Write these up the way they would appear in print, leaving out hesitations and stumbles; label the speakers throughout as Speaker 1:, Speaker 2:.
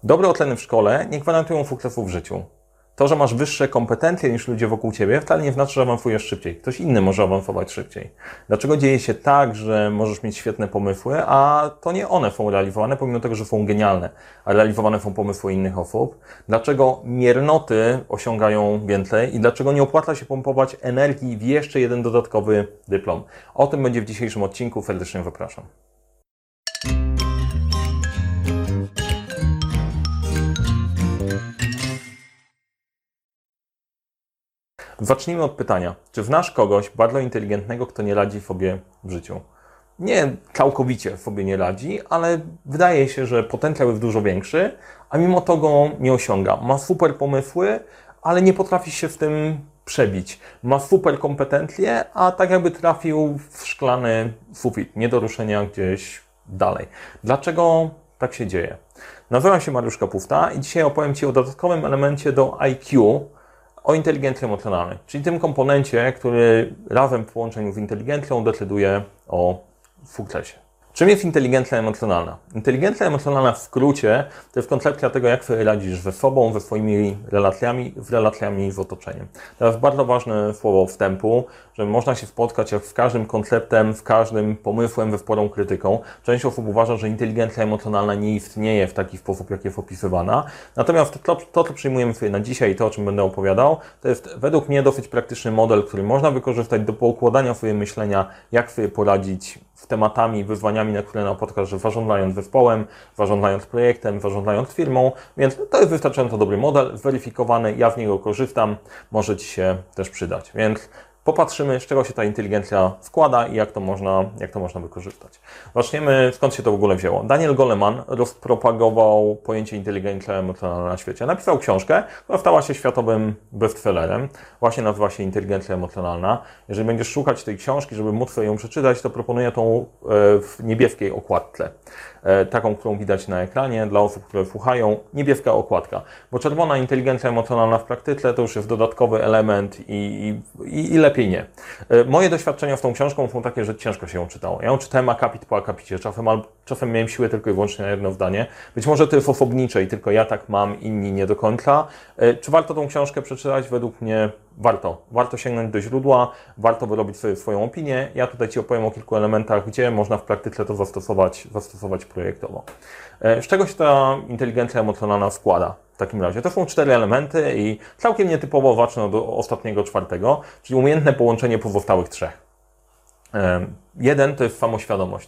Speaker 1: Dobre oceny w szkole nie gwarantują sukcesu w życiu. To, że masz wyższe kompetencje niż ludzie wokół Ciebie, wcale nie znaczy, że awansujesz szybciej. Ktoś inny może awansować szybciej. Dlaczego dzieje się tak, że możesz mieć świetne pomysły, a to nie one są realizowane, pomimo tego, że są genialne, a realizowane są pomysły innych osób? Dlaczego miernoty osiągają więcej i dlaczego nie opłaca się pompować energii w jeszcze jeden dodatkowy dyplom? O tym będzie w dzisiejszym odcinku. Serdecznie zapraszam. Zacznijmy od pytania, czy znasz kogoś bardzo inteligentnego, kto nie radzi sobie w życiu? Nie całkowicie sobie nie radzi, ale wydaje się, że potencjał jest dużo większy, a mimo to go nie osiąga. Ma super pomysły, ale nie potrafi się w tym przebić. Ma super kompetencje, a tak jakby trafił w szklany sufit, nie do ruszenia gdzieś dalej. Dlaczego tak się dzieje? Nazywam się Mariusz Kapufta i dzisiaj opowiem Ci o dodatkowym elemencie do IQ, o inteligencji emocjonalnej, czyli tym komponencie, który razem w połączeniu z inteligencją decyduje o sukcesie. Czym jest inteligencja emocjonalna? Inteligencja emocjonalna w skrócie to jest koncepcja tego, jak sobie radzisz ze sobą, ze swoimi relacjami, z relacjami z otoczeniem. To jest bardzo ważne słowo wstępu, że można się spotkać jak z każdym konceptem, z każdym pomysłem, ze sporą krytyką. Część osób uważa, że inteligencja emocjonalna nie istnieje w taki sposób, jak jest opisywana. Natomiast to, co przyjmujemy sobie na dzisiaj i to, o czym będę opowiadał, to jest według mnie dosyć praktyczny model, który można wykorzystać do poukładania swojego myślenia, jak sobie poradzić z tematami, wyzwaniami, na które napotkasz, że zarządzając zespołem, zarządzając projektem, zarządzając firmą, więc to jest wystarczająco dobry model, zweryfikowany, ja z niego korzystam, może Ci się też przydać. Więc popatrzymy, z czego się ta inteligencja składa i jak to można wykorzystać. Zaczniemy, skąd się to w ogóle wzięło. Daniel Goleman rozpropagował pojęcie inteligencja emocjonalna na świecie. Napisał książkę, która stała się światowym bestsellerem. Właśnie nazywa się Inteligencja emocjonalna. Jeżeli będziesz szukać tej książki, żeby móc sobie ją przeczytać, to proponuję tą w niebieskiej okładce. Taką, którą widać na ekranie, dla osób, które słuchają, niebieska okładka. Bo czerwona inteligencja emocjonalna w praktyce to już jest dodatkowy element i lepiej nie. Moje doświadczenia z tą książką są takie, że ciężko się ją czytało. Ja ją czytałem akapit po akapicie, czasem miałem siłę tylko i wyłącznie na jedno zdanie. Być może to jest osobnicze i tylko ja tak mam, inni nie do końca. Czy warto tą książkę przeczytać? Według mnie warto. Warto sięgnąć do źródła, warto wyrobić sobie swoją opinię. Ja tutaj Ci opowiem o kilku elementach, gdzie można w praktyce to zastosować projektowo. Z czego się ta inteligencja emocjonalna składa? W takim razie to są 4 elementy i całkiem nietypowo zacznę od ostatniego, 4, czyli umiejętne połączenie pozostałych 3. Jeden to jest samoświadomość.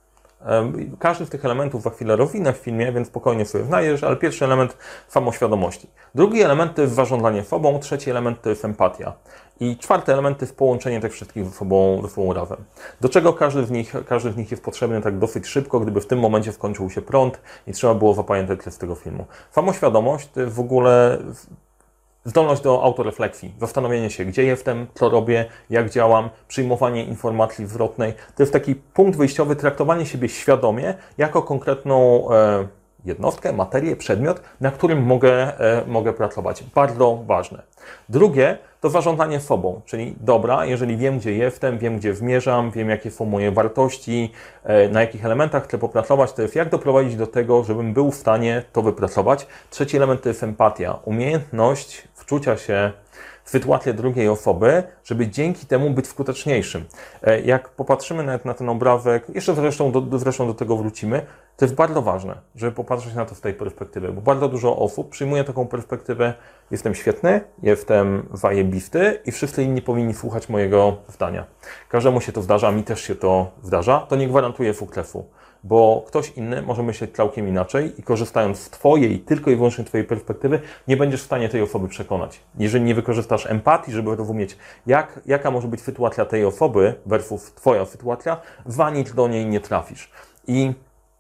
Speaker 1: Każdy z tych elementów za chwilę rozwinę w filmie, więc spokojnie sobie znajdziesz, ale pierwszy element samoświadomości. Drugi element to jest zarządzanie sobą, trzeci element to jest empatia. I 4 element to jest połączenie tych wszystkich ze sobą razem. Do czego każdy z nich jest potrzebny tak dosyć szybko, gdyby w tym momencie skończył się prąd i trzeba było zapamiętać z tego filmu. Samoświadomość to jest w ogóle zdolność do autorefleksji, zastanowienie się, gdzie jestem, co robię, jak działam, przyjmowanie informacji zwrotnej. To jest taki punkt wyjściowy, traktowanie siebie świadomie jako konkretną jednostkę, materię, przedmiot, na którym mogę pracować. Bardzo ważne. Drugie to zarządzanie sobą, czyli dobra, jeżeli wiem, gdzie jestem, wiem, gdzie zmierzam, wiem, jakie są moje wartości, na jakich elementach chcę popracować, to jest jak doprowadzić do tego, żebym był w stanie to wypracować. Trzeci element to jest empatia, umiejętność wczucia się w sytuację drugiej osoby, żeby dzięki temu być skuteczniejszym. Jak popatrzymy nawet na ten obrazek, jeszcze zresztą do tego wrócimy, to jest bardzo ważne, żeby popatrzeć na to z tej perspektywy, bo bardzo dużo osób przyjmuje taką perspektywę: jestem świetny, jestem zajebisty i wszyscy inni powinni słuchać mojego zdania. Każdemu się to zdarza, mi też się to zdarza, to nie gwarantuje sukcesu, bo ktoś inny może myśleć całkiem inaczej i korzystając z Twojej, tylko i wyłącznie Twojej perspektywy, nie będziesz w stanie tej osoby przekonać. Jeżeli nie wykorzystasz empatii, żeby rozumieć, jaka może być sytuacja tej osoby versus Twoja sytuacja, za nic do niej nie trafisz. I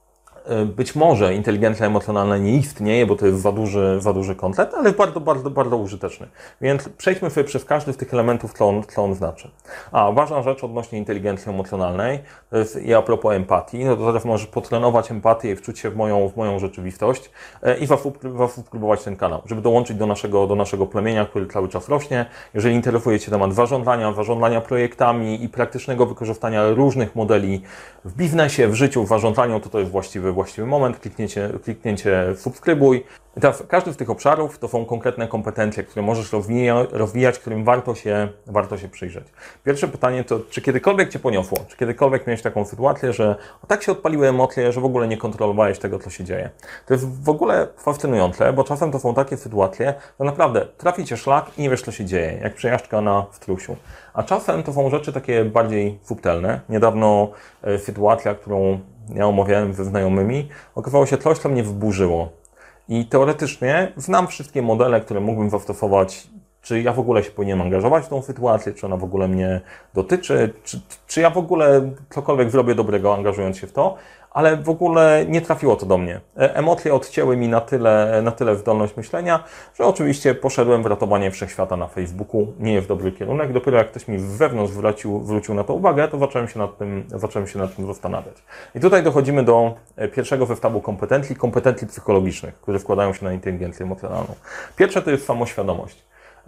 Speaker 1: być może inteligencja emocjonalna nie istnieje, bo to jest za duży koncept, ale bardzo użyteczny. Więc przejdźmy sobie przez każdy z tych elementów, co on znaczy. Ważna rzecz odnośnie inteligencji emocjonalnej, to jest i a propos empatii, no to teraz możesz potrenować empatię i wczuć się w moją rzeczywistość i zasubskrybować ten kanał, żeby dołączyć do naszego plemienia, który cały czas rośnie. Jeżeli interesuje Cię temat zarządzania projektami i praktycznego wykorzystania różnych modeli w biznesie, w życiu, w zarządzaniu, to jest właściwy właściwy moment, kliknięcie subskrybuj. I teraz każdy z tych obszarów to są konkretne kompetencje, które możesz rozwijać, którym warto się przyjrzeć. Pierwsze pytanie to, czy kiedykolwiek Cię poniosło? Czy kiedykolwiek miałeś taką sytuację, że tak się odpaliły emocje, że w ogóle nie kontrolowałeś tego, co się dzieje? To jest w ogóle fascynujące, bo czasem to są takie sytuacje, że naprawdę trafi Cię szlak i nie wiesz, co się dzieje, jak przejażdżka na strusiu. A czasem to są rzeczy takie bardziej subtelne. Niedawno sytuacja, którą ja omawiałem ze znajomymi, okazało się coś, co mnie wburzyło. I teoretycznie znam wszystkie modele, które mógłbym zastosować, czy ja w ogóle się powinienem angażować w tą sytuację, czy ona w ogóle mnie dotyczy, czy ja w ogóle cokolwiek zrobię dobrego, angażując się w to, ale w ogóle nie trafiło to do mnie. Emocje odcięły mi na tyle zdolność myślenia, że oczywiście poszedłem w ratowanie wszechświata na Facebooku. Nie jest dobry kierunek. Dopiero jak ktoś mi z wewnątrz zwrócił na to uwagę, to zacząłem się nad tym zastanawiać. I tutaj dochodzimy do pierwszego zestawu kompetencji psychologicznych, które składają się na inteligencję emocjonalną. Pierwsze to jest samoświadomość.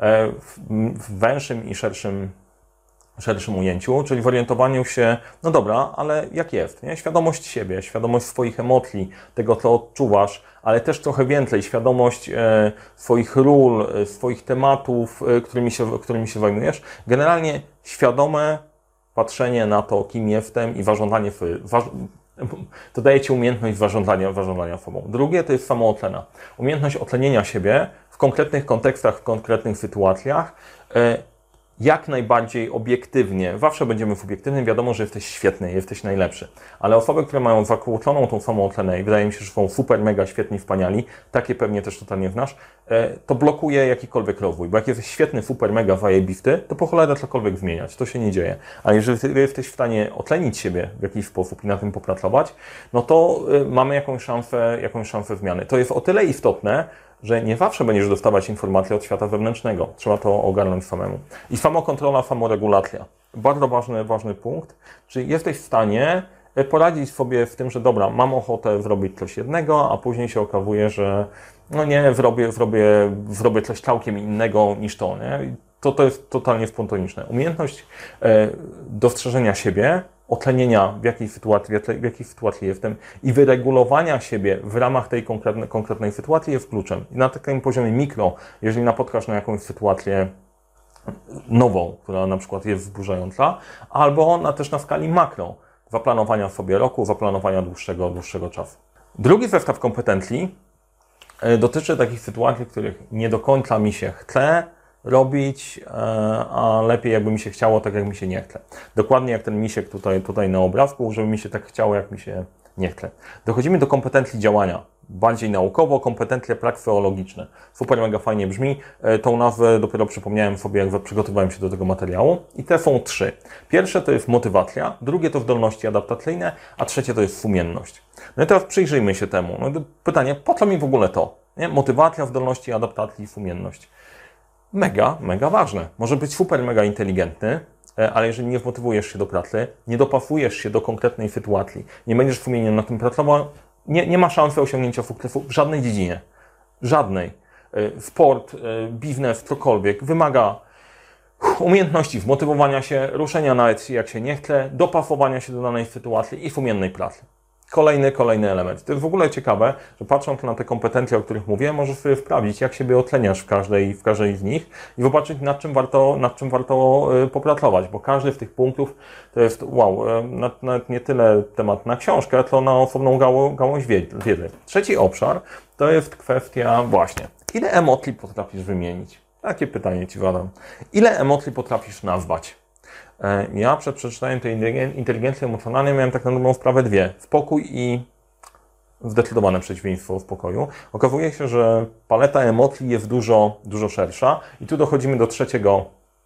Speaker 1: W węższym i szerszym ujęciu, czyli w orientowaniu się, no dobra, ale jak jest, nie? Świadomość siebie, świadomość swoich emocji, tego, co odczuwasz, ale też trochę więcej, świadomość swoich ról, swoich tematów, którymi się zajmujesz. Generalnie świadome patrzenie na to, kim jestem i zarządzanie to daje Ci umiejętność zarządzania sobą. Drugie to jest samoocena. Umiejętność ocenienia siebie w konkretnych kontekstach, w konkretnych sytuacjach, jak najbardziej obiektywnie. Zawsze będziemy subiektywnym, wiadomo, że jesteś świetny, jesteś najlepszy. Ale osoby, które mają zakłóconą tą samoocenę i wydaje mi się, że są super, mega świetni, wspaniali, takie pewnie też totalnie znasz, to blokuje jakikolwiek rozwój. Bo jak jesteś świetny, super, mega, zajebisty, to po cholerę cokolwiek zmieniać. To się nie dzieje. A jeżeli jesteś w stanie ocenić siebie w jakiś sposób i na tym popracować, no to mamy jakąś szansę zmiany. To jest o tyle istotne, że nie zawsze będziesz dostawać informacje od świata wewnętrznego. Trzeba to ogarnąć samemu. I samokontrola, samoregulacja. Bardzo ważny punkt. Czy jesteś w stanie poradzić sobie w tym, że dobra, mam ochotę zrobić coś jednego, a później się okazuje, że no nie, zrobię coś całkiem innego niż to, nie? To jest totalnie spontaniczne. Umiejętność dostrzeżenia siebie, ocenienia w jakiej sytuacji jestem i wyregulowania siebie w ramach tej konkretnej sytuacji jest kluczem. I na takim poziomie mikro, jeżeli napotkasz na jakąś sytuację nową, która na przykład jest wzburzająca, albo też na skali makro, zaplanowania sobie roku, zaplanowania dłuższego czasu. Drugi zestaw kompetencji dotyczy takich sytuacji, w których nie do końca mi się chce robić, a lepiej jakby mi się chciało, tak jak mi się nie chce. Dokładnie jak ten misiek tutaj na obrazku, żeby mi się tak chciało, jak mi się nie chce. Dochodzimy do kompetencji działania. Bardziej naukowo, kompetencje prakseologiczne. Super, mega fajnie brzmi. Tą nazwę dopiero przypomniałem sobie, jak przygotowałem się do tego materiału. I te są 3. Pierwsze to jest motywacja, drugie to zdolności adaptacyjne, a trzecie to jest sumienność. No i teraz przyjrzyjmy się temu. No pytanie, po co mi w ogóle to? Nie? Motywacja, zdolności adaptacji i sumienność. Mega ważne. Może być super, mega inteligentny, ale jeżeli nie wmotywujesz się do pracy, nie dopasujesz się do konkretnej sytuacji, nie będziesz sumiennie na tym pracował, nie ma szansy osiągnięcia sukcesu w żadnej dziedzinie. Żadnej. Sport, biznes, cokolwiek wymaga umiejętności wmotywowania się, ruszenia nawet jak się nie chce, dopasowania się do danej sytuacji i sumiennej pracy. Kolejny element. To jest w ogóle ciekawe, że patrząc na te kompetencje, o których mówię, możesz sobie sprawdzić, jak siebie oceniasz w każdej z nich i zobaczyć, nad czym warto popracować, bo każdy z tych punktów to jest, nawet nie tyle temat na książkę, to na osobną gałąź wiedzy. Trzeci obszar to jest kwestia właśnie, ile emocji potrafisz wymienić? Takie pytanie Ci zadam. Ile emocji potrafisz nazwać? Ja przed przeczytaniem tej inteligencji emocjonalnej miałem tak na dobrą sprawę 2. Spokój i zdecydowane przeciwieństwo spokoju. Okazuje się, że paleta emocji jest dużo szersza i tu dochodzimy do trzeciego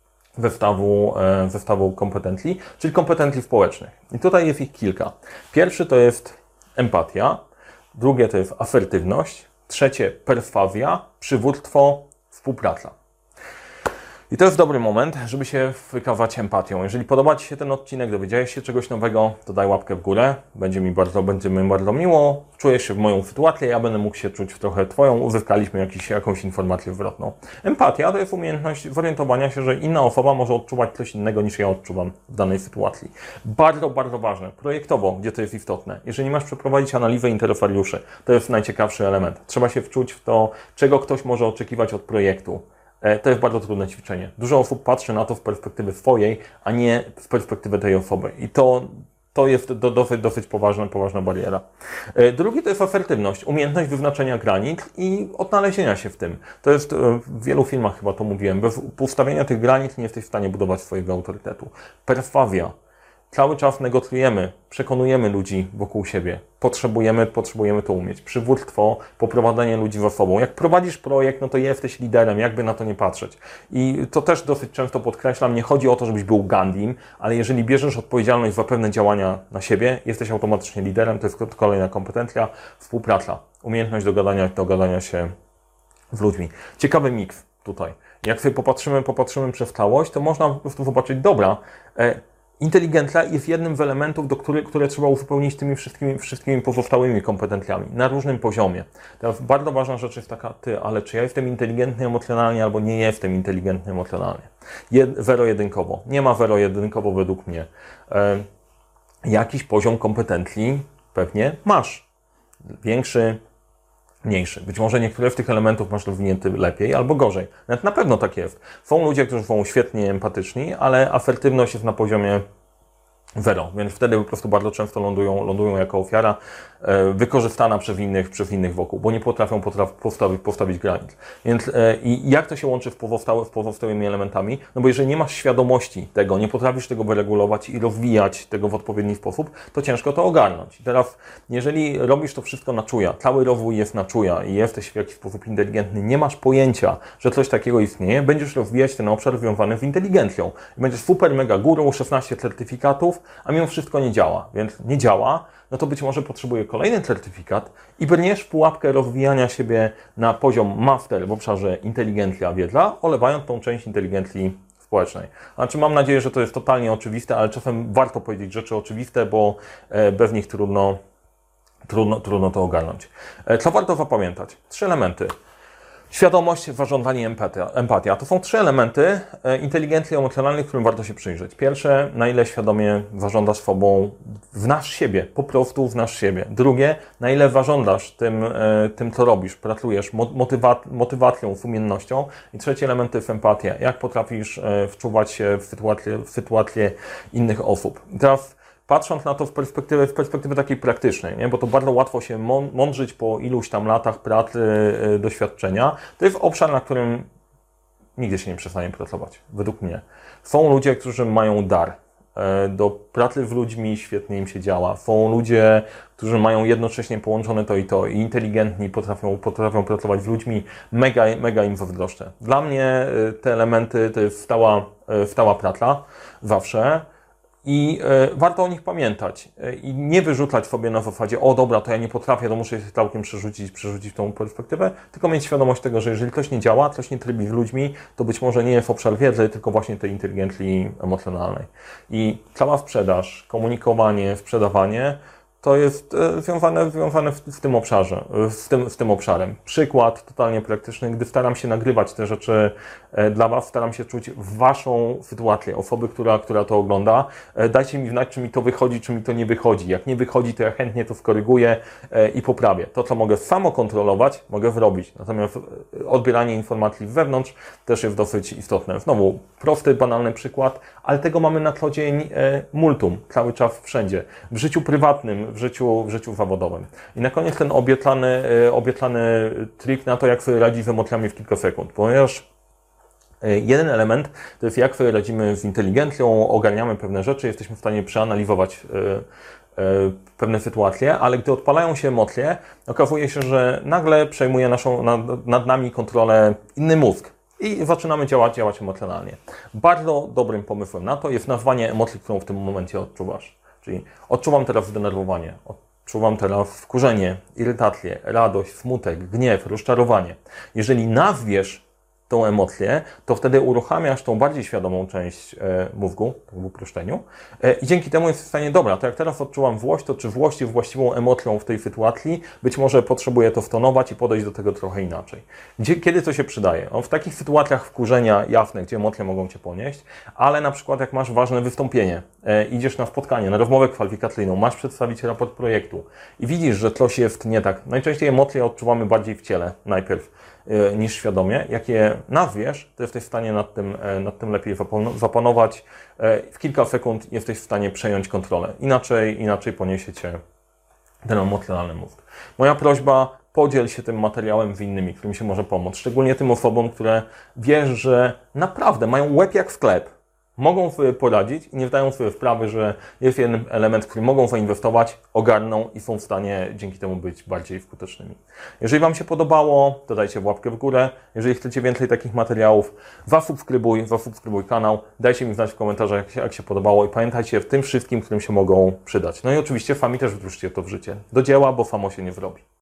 Speaker 1: zestawu kompetencji, czyli kompetencji społecznych. I tutaj jest ich kilka. Pierwszy to jest empatia, drugie to jest asertywność, trzecie perswazja, przywództwo, współpraca. I to jest dobry moment, żeby się wykawać empatią. Jeżeli podoba Ci się ten odcinek, dowiedziałeś się czegoś nowego, to daj łapkę w górę. Będzie mi bardzo miło. Czujesz się w moją sytuację, ja będę mógł się czuć w trochę Twoją. Uzyskaliśmy jakąś informację zwrotną. Empatia to jest umiejętność zorientowania się, że inna osoba może odczuwać coś innego niż ja odczuwam w danej sytuacji. Bardzo ważne. Projektowo, gdzie to jest istotne. Jeżeli masz przeprowadzić analizę interesariuszy, to jest najciekawszy element. Trzeba się wczuć w to, czego ktoś może oczekiwać od projektu. To jest bardzo trudne ćwiczenie. Dużo osób patrzy na to z perspektywy swojej, a nie z perspektywy tej osoby. I to jest dosyć poważna bariera. Drugi to jest asertywność, umiejętność wyznaczenia granic i odnalezienia się w tym. To jest, w wielu filmach chyba to mówiłem, bez ustawienia tych granic nie jesteś w stanie budować swojego autorytetu. Perswazja. Cały czas negocjujemy, przekonujemy ludzi wokół siebie. Potrzebujemy to umieć. Przywództwo, poprowadzenie ludzi za sobą. Jak prowadzisz projekt, no to jesteś liderem, jakby na to nie patrzeć. I to też dosyć często podkreślam, nie chodzi o to, żebyś był Gandhim, ale jeżeli bierzesz odpowiedzialność za pewne działania na siebie, jesteś automatycznie liderem, to jest kolejna kompetencja, współpraca, umiejętność dogadania się z ludźmi. Ciekawy miks tutaj. Jak sobie popatrzymy przez całość, to można po prostu zobaczyć, dobra, inteligencja jest jednym z elementów, które trzeba uzupełnić tymi wszystkimi pozostałymi kompetencjami na różnym poziomie. Teraz bardzo ważna rzecz jest taka, ale czy ja jestem inteligentny emocjonalnie albo nie jestem inteligentny emocjonalnie. Zero-jedynkowo. Nie ma zero-jedynkowo według mnie. Jakiś poziom kompetencji pewnie masz. Większy, mniejszy. Być może niektóre z tych elementów masz rozwinięty lepiej albo gorzej. Nawet na pewno tak jest. Są ludzie, którzy są świetnie empatyczni, ale asertywność jest na poziomie zero, więc wtedy po prostu bardzo często lądują jako ofiara wykorzystana przez innych wokół, bo nie potrafią postawić granic. Więc i jak to się łączy z pozostałymi elementami? No bo jeżeli nie masz świadomości tego, nie potrafisz tego wyregulować i rozwijać tego w odpowiedni sposób, to ciężko to ogarnąć. I teraz, jeżeli robisz to wszystko na czuja, cały rozwój jest na czuja i jesteś w jakiś sposób inteligentny, nie masz pojęcia, że coś takiego istnieje, będziesz rozwijać ten obszar związany z inteligencją. Będziesz super mega guru, 16 certyfikatów, a mimo wszystko nie działa. Więc nie działa, no to być może potrzebuje kolejny certyfikat i brniesz w pułapkę rozwijania siebie na poziom master w obszarze inteligencja, wiedza, olewając tą część inteligencji społecznej. Znaczy mam nadzieję, że to jest totalnie oczywiste, ale czasem warto powiedzieć rzeczy oczywiste, bo bez nich trudno to ogarnąć. Co warto zapamiętać? 3 elementy. Świadomość, zażądanie, empatia. To są 3 elementy inteligencji emocjonalnej, którym warto się przyjrzeć. Pierwsze, na ile świadomie zażądasz sobą, znasz siebie, po prostu znasz siebie. Drugie, na ile zażądasz tym co robisz, pracujesz, motywacją, sumiennością. I trzeci element to jest empatia. Jak potrafisz wczuwać się w sytuację innych osób. I teraz patrząc na to w perspektywy takiej praktycznej, nie? Bo to bardzo łatwo się mądrzyć po iluś tam latach pracy, doświadczenia. To jest obszar, na którym nigdy się nie przestanie pracować, według mnie. Są ludzie, którzy mają dar do pracy z ludźmi, świetnie im się działa. Są ludzie, którzy mają jednocześnie połączone to i inteligentni, potrafią pracować z ludźmi. Mega im zazdroszczę. Dla mnie te elementy to jest stała praca, zawsze. I warto o nich pamiętać i nie wyrzucać sobie na zasadzie, o dobra, to ja nie potrafię, to muszę się całkiem przerzucić tą perspektywę, tylko mieć świadomość tego, że jeżeli coś nie działa, coś nie trybi z ludźmi, to być może nie jest obszar wiedzy, tylko właśnie tej inteligencji emocjonalnej. I cała sprzedaż, komunikowanie, sprzedawanie, to jest związane w tym obszarze, z tym obszarem. Przykład totalnie praktyczny, gdy staram się nagrywać te rzeczy dla Was, staram się czuć Waszą sytuację, osoby, która to ogląda. Dajcie mi znać, czy mi to wychodzi, czy mi to nie wychodzi. Jak nie wychodzi, to ja chętnie to skoryguję i poprawię. To, co mogę samo kontrolować, mogę zrobić. Natomiast odbieranie informacji z wewnątrz też jest dosyć istotne. Znowu, prosty, banalny przykład, ale tego mamy na co dzień multum, cały czas wszędzie. W życiu prywatnym, w życiu zawodowym. I na koniec ten obiecany trik na to, jak sobie radzić z emocjami w kilka sekund. Ponieważ jeden element to jest, jak sobie radzimy z inteligencją, ogarniamy pewne rzeczy, jesteśmy w stanie przeanalizować pewne sytuacje, ale gdy odpalają się emocje, okazuje się, że nagle przejmuje nad nami kontrolę inny mózg. I zaczynamy działać emocjonalnie. Bardzo dobrym pomysłem na to jest nazwanie emocji, którą w tym momencie odczuwasz. Czyli odczuwam teraz zdenerwowanie, odczuwam teraz wkurzenie, irytację, radość, smutek, gniew, rozczarowanie. Jeżeli nazwiesz tą emocję, to wtedy uruchamiasz tą bardziej świadomą część mózgu, tak w uproszczeniu, i dzięki temu jest w stanie, dobra, to jak teraz odczuwam włość, to czy włość jest właściwą emocją w tej sytuacji? Być może potrzebuję to wtonować i podejść do tego trochę inaczej. Kiedy to się przydaje? W takich sytuacjach wkurzenia jasne, gdzie emocje mogą Cię ponieść, ale na przykład jak masz ważne wystąpienie, idziesz na spotkanie, na rozmowę kwalifikacyjną, masz przedstawić raport projektu i widzisz, że coś jest nie tak. Najczęściej emocje odczuwamy bardziej w ciele najpierw niż świadomie. Jak je nazwiesz, to jesteś w stanie nad tym lepiej zapanować. W kilka sekund jesteś w stanie przejąć kontrolę. Inaczej poniesie Cię ten emocjonalny mózg. Moja prośba, podziel się tym materiałem z innymi, którym się może pomóc. Szczególnie tym osobom, które wiesz, że naprawdę mają łeb jak sklep. Mogą sobie poradzić i nie zdają sobie sprawy, że jest jeden element, w który mogą zainwestować, ogarną i są w stanie dzięki temu być bardziej skutecznymi. Jeżeli Wam się podobało, to dajcie łapkę w górę. Jeżeli chcecie więcej takich materiałów, zasubskrybuj kanał. Dajcie mi znać w komentarzach, jak się podobało i pamiętajcie w tym wszystkim, którym się mogą przydać. No i oczywiście sami też wdróżcie to w życie. Do dzieła, bo samo się nie zrobi.